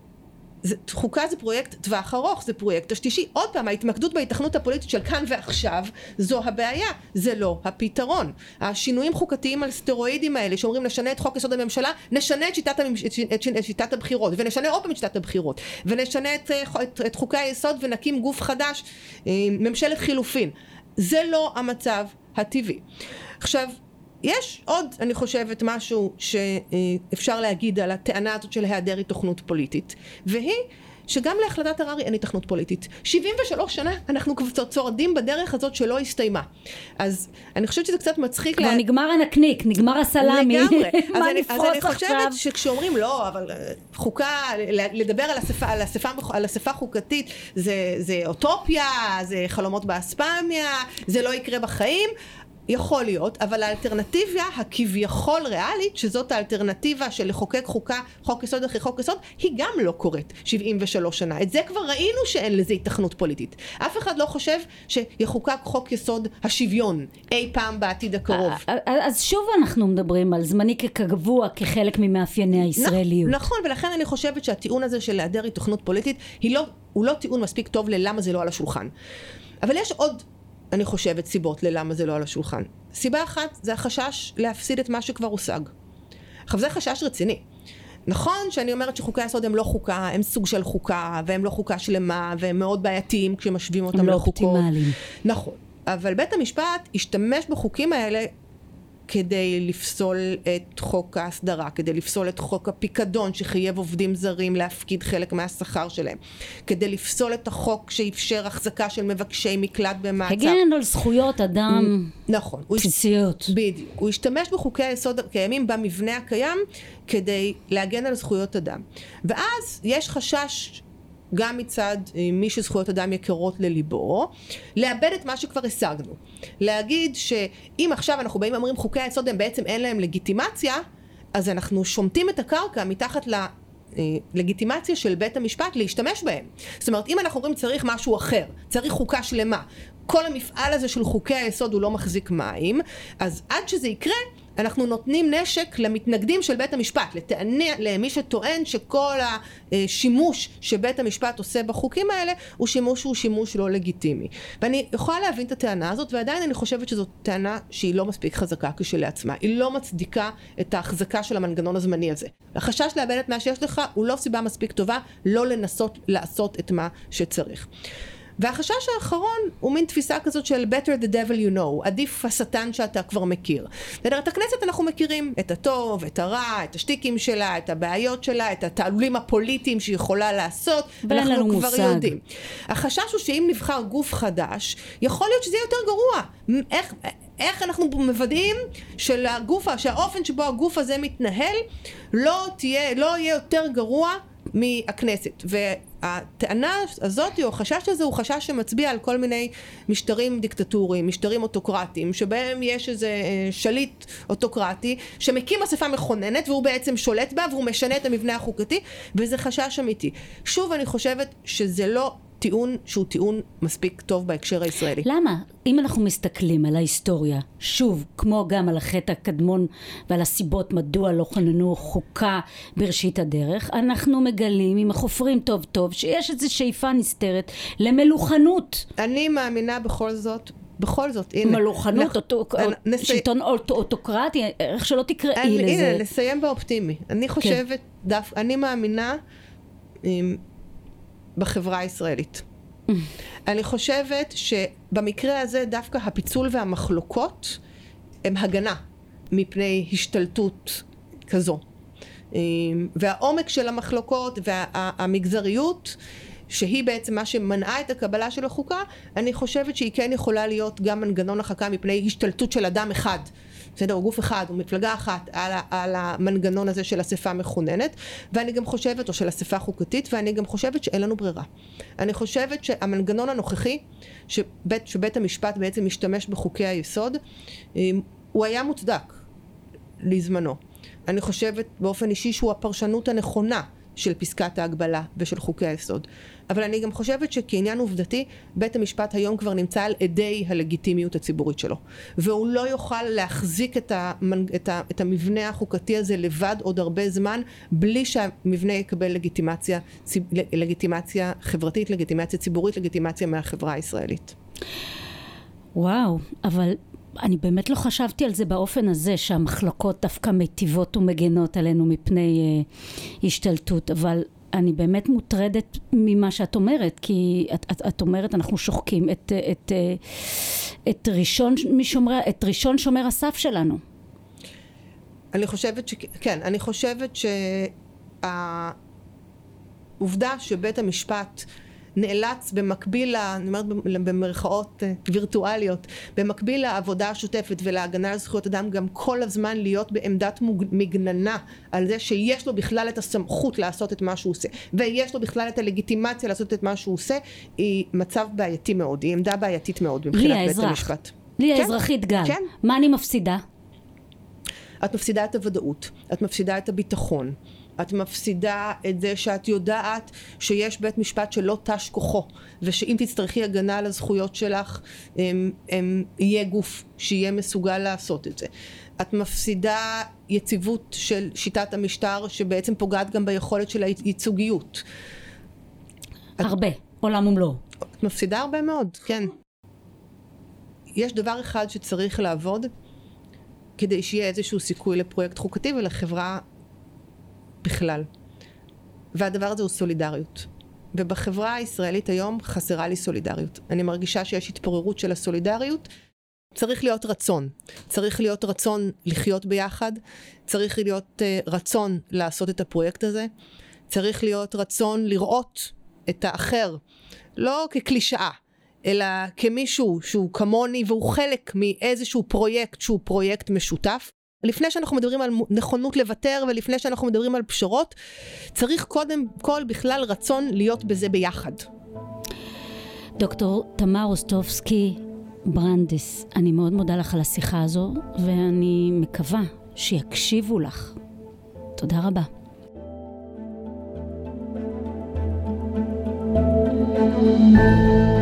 זה, חוקה זה פרויקט טווח ארוך, זה פרויקט תשתיתי. עוד פעם, ההתמקדות בהתכנות הפוליטית של כאן ועכשיו, זו הבעיה, זה לא הפתרון. השינויים חוקתיים על סטרואידים האלה, שאומרים נשנה את חוק יסוד הממשלה, נשנה את שיטת, הממש... את, את שיטת הבחירות, ונשנה עוד פעם את שיטת הבחירות, ונשנה את, את, את חוקי היסוד ונקים גוף חדש, ממשלת חילופין. זה לא המצב הטבעי. עכשיו, יש עוד, אני חושבת, משהו שאפשר להגיד על הטענה הזאת של היעדר היתכנות פוליטית, והיא שגם להחלטת הררי אין היתכנות פוליטית. שבעים ושלוש שנה אנחנו כבר צועדים בדרך הזאת שלא הסתיימה. אז אני חושבת שזה קצת מצחיק... כבר לה... נגמר הנקניק, נגמר הסלאמי. לגמרי. אז, אני, אז אני עכשיו? חושבת שכשאומרים לא, אבל חוקה, לדבר על השפה, על השפה, על השפה חוקתית, זה, זה אוטופיה, זה חלומות באספמיה, זה לא יקרה בחיים. יכול להיות, אבל האלטרנטיביה הכביכול ריאלית, שזאת האלטרנטיבה של לחוקק חוקה, חוק יסוד אחרי חוק יסוד, היא גם לא קורית שבעים ושלוש שנה. את זה כבר ראינו שאין לזה היתכנות פוליטית. אף אחד לא חושב שיחוקק חוק יסוד השוויון אי פעם בעתיד הקרוב. אז שוב אנחנו מדברים על זמני כקבוע כחלק ממאפייני הישראליות. נכון, ולכן אני חושבת שהטיעון הזה של היעדר היתכנות פוליטית, הוא לא טיעון מספיק טוב ללמה זה לא על השולחן. אבל יש עוד אני חושבת סיבות ללמה זה לא על השולחן. סיבה אחת זה החשש להפסיד את מה שכבר הושג. עכשיו זה חשש רציני. נכון שאני אומרת שחוקי היסוד הם לא חוקה, הם סוג של חוקה, והם לא חוקה שלמה, והם מאוד בעייתיים כשמשווים אותם לחוקות. הם לא אופטימליים. נכון. אבל בית המשפט השתמש בחוקים האלה כדי לפסול את חוק ההסדרה, כדי לפסול את חוק הפיקדון שחייב עובדים זרים להפקיד חלק מהשכר שלהם, כדי לפסול את החוק שאפשר החזקה של מבקשי מקלט במעצר. הגן על זכויות אדם נכון, בסיסיות. בדיוק. הוא השתמש בחוקי היסוד הקיימים במבנה הקיים כדי להגן על זכויות אדם. ואז יש חשש גם מצד מי שזכויות אדם יקרות לליבו, לאבד את מה שכבר השגנו. להגיד שאם עכשיו אנחנו באים ואומרים חוקי היסוד הם בעצם אין להם לגיטימציה, אז אנחנו שומטים את הקרקע מתחת ללגיטימציה של בית המשפט להשתמש בהם. זאת אומרת, אם אנחנו אומרים צריך משהו אחר, צריך חוקה שלמה, כל המפעל הזה של חוקי היסוד הוא לא מחזיק מים, אז עד שזה יקרה, אנחנו נותנים נשק למתנגדים של בית המשפט, לטעני, למי שטוען שכל השימוש שבית המשפט עושה בחוקים האלה הוא שימוש שהוא שימוש לא לגיטימי. ואני יכולה להבין את הטענה הזאת, ועדיין אני חושבת שזאת טענה שהיא לא מספיק חזקה כשלעצמה. היא לא מצדיקה את ההחזקה של המנגנון הזמני הזה. החשש לאבד את מה שיש לך הוא לא סיבה מספיק טובה לא לנסות לעשות את מה שצריך. והחשש האחרון הוא מין תפיסה כזאת של better the devil you know, עדיף השטן שאתה כבר מכיר. את הכנסת אנחנו מכירים את הטוב, את הרע, את השטיקים שלה, את הבעיות שלה, את התעלולים הפוליטיים שהיא יכולה לעשות, אנחנו כבר מושג. יודעים. החשש הוא שאם נבחר גוף חדש, יכול להיות שזה יהיה יותר גרוע. איך, איך אנחנו מוודאים שלגוף, שהאופן שבו הגוף הזה מתנהל לא תהיה, לא יהיה יותר גרוע מהכנסת. והטענה הזאת או החשש הזה הוא חשש שמצביע על כל מיני משטרים דיקטטוריים, משטרים אוטוקרטיים, שבהם יש איזה שליט אוטוקרטי שמקים אספה מכוננת והוא בעצם שולט בה והוא משנה את המבנה החוקתי, וזה חשש אמיתי. שוב אני חושבת שזה לא טיעון שהוא טיעון מספיק טוב בהקשר הישראלי. למה? אם אנחנו מסתכלים על ההיסטוריה, שוב, כמו גם על החטא הקדמון ועל הסיבות מדוע לא כוננו חוקה בראשית הדרך, אנחנו מגלים, אם חופרים טוב טוב, שיש איזו שאיפה נסתרת למלוכנות. אני מאמינה בכל זאת, בכל זאת, הנה. מלוכנות, שלטון אוטוקרטי, איך שלא תקראי לזה. הנה, נסיים באופטימי. אני חושבת, אני מאמינה בחברה הישראלית. אני חושבת שבמקרה הזה דווקא הפיצול והמחלוקות הם הגנה מפני השתלטות כזו. והעומק של המחלוקות והמגזריות, שהיא בעצם מה שמנעה את הקבלה של החוקה, אני חושבת שהיא כן יכולה להיות גם מנגנון החקה מפני השתלטות של אדם אחד. בסדר, גוף אחד או מפלגה אחת על, על המנגנון הזה של אספה מכוננת, ואני גם חושבת, או של אספה חוקתית, ואני גם חושבת שאין לנו ברירה. אני חושבת שהמנגנון הנוכחי, שבית, שבית המשפט בעצם משתמש בחוקי היסוד, הוא היה מוצדק לזמנו. אני חושבת באופן אישי שהוא הפרשנות הנכונה של פסקת ההגבלה ושל חוקי היסוד. אבל אני גם חושבת שכעניין עובדתי, בית המשפט היום כבר נמצא על עדי הלגיטימיות הציבורית שלו. והוא לא יוכל להחזיק את, המנ... את, ה... את המבנה החוקתי הזה לבד עוד הרבה זמן, בלי שהמבנה יקבל לגיטימציה, לגיטימציה חברתית, לגיטימציה ציבורית, לגיטימציה מהחברה הישראלית. וואו, אבל אני באמת לא חשבתי על זה באופן הזה, שהמחלקות דווקא מטיבות ומגנות עלינו מפני uh, השתלטות, אבל אני באמת מוטרדת ממה שאת אומרת, כי את, את, את אומרת אנחנו שוחקים את, את, את, ראשון משומרי, את ראשון שומר הסף שלנו. אני חושבת ש... כן, אני חושבת שהעובדה שבית המשפט נאלץ במקביל, אני אומרת במרכאות וירטואליות, במקביל לעבודה השוטפת ולהגנה על זכויות אדם, גם כל הזמן להיות בעמדת מגננה על זה שיש לו בכלל את הסמכות לעשות את מה שהוא עושה, ויש לו בכלל את הלגיטימציה לעשות את מה שהוא עושה, היא מצב בעייתי מאוד, היא עמדה בעייתית מאוד מבחינת בית המשפט. לי האזרחית גל, כן. מה אני מפסידה? את מפסידה את הוודאות, את מפסידה את הביטחון, את מפסידה את זה שאת יודעת שיש בית משפט שלא תש כוחו, ושאם תצטרכי הגנה על הזכויות שלך, הם, הם, יהיה גוף שיהיה מסוגל לעשות את זה. את מפסידה יציבות של שיטת המשטר, שבעצם פוגעת גם ביכולת של הייצוגיות. הרבה, את, עולם ומלואו. את מפסידה הרבה מאוד, כן. יש דבר אחד שצריך לעבוד, כדי שיהיה איזשהו סיכוי לפרויקט חוקתי ולחברה בכלל. והדבר הזה הוא סולידריות. ובחברה הישראלית היום חסרה לי סולידריות. אני מרגישה שיש התפוררות של הסולידריות. צריך להיות רצון. צריך להיות רצון לחיות ביחד. צריך להיות uh, רצון לעשות את הפרויקט הזה. צריך להיות רצון לראות את האחר, לא כקלישאה, אלא כמישהו שהוא כמוני והוא חלק מאיזשהו פרויקט שהוא פרויקט משותף. לפני שאנחנו מדברים על נכונות לוותר ולפני שאנחנו מדברים על פשרות, צריך קודם כל בכלל רצון להיות בזה ביחד. דוקטור תמר רוסטובסקי ברנדס, אני מאוד מודה לך על השיחה הזו, ואני מקווה שיקשיבו לך. תודה רבה. Thank you.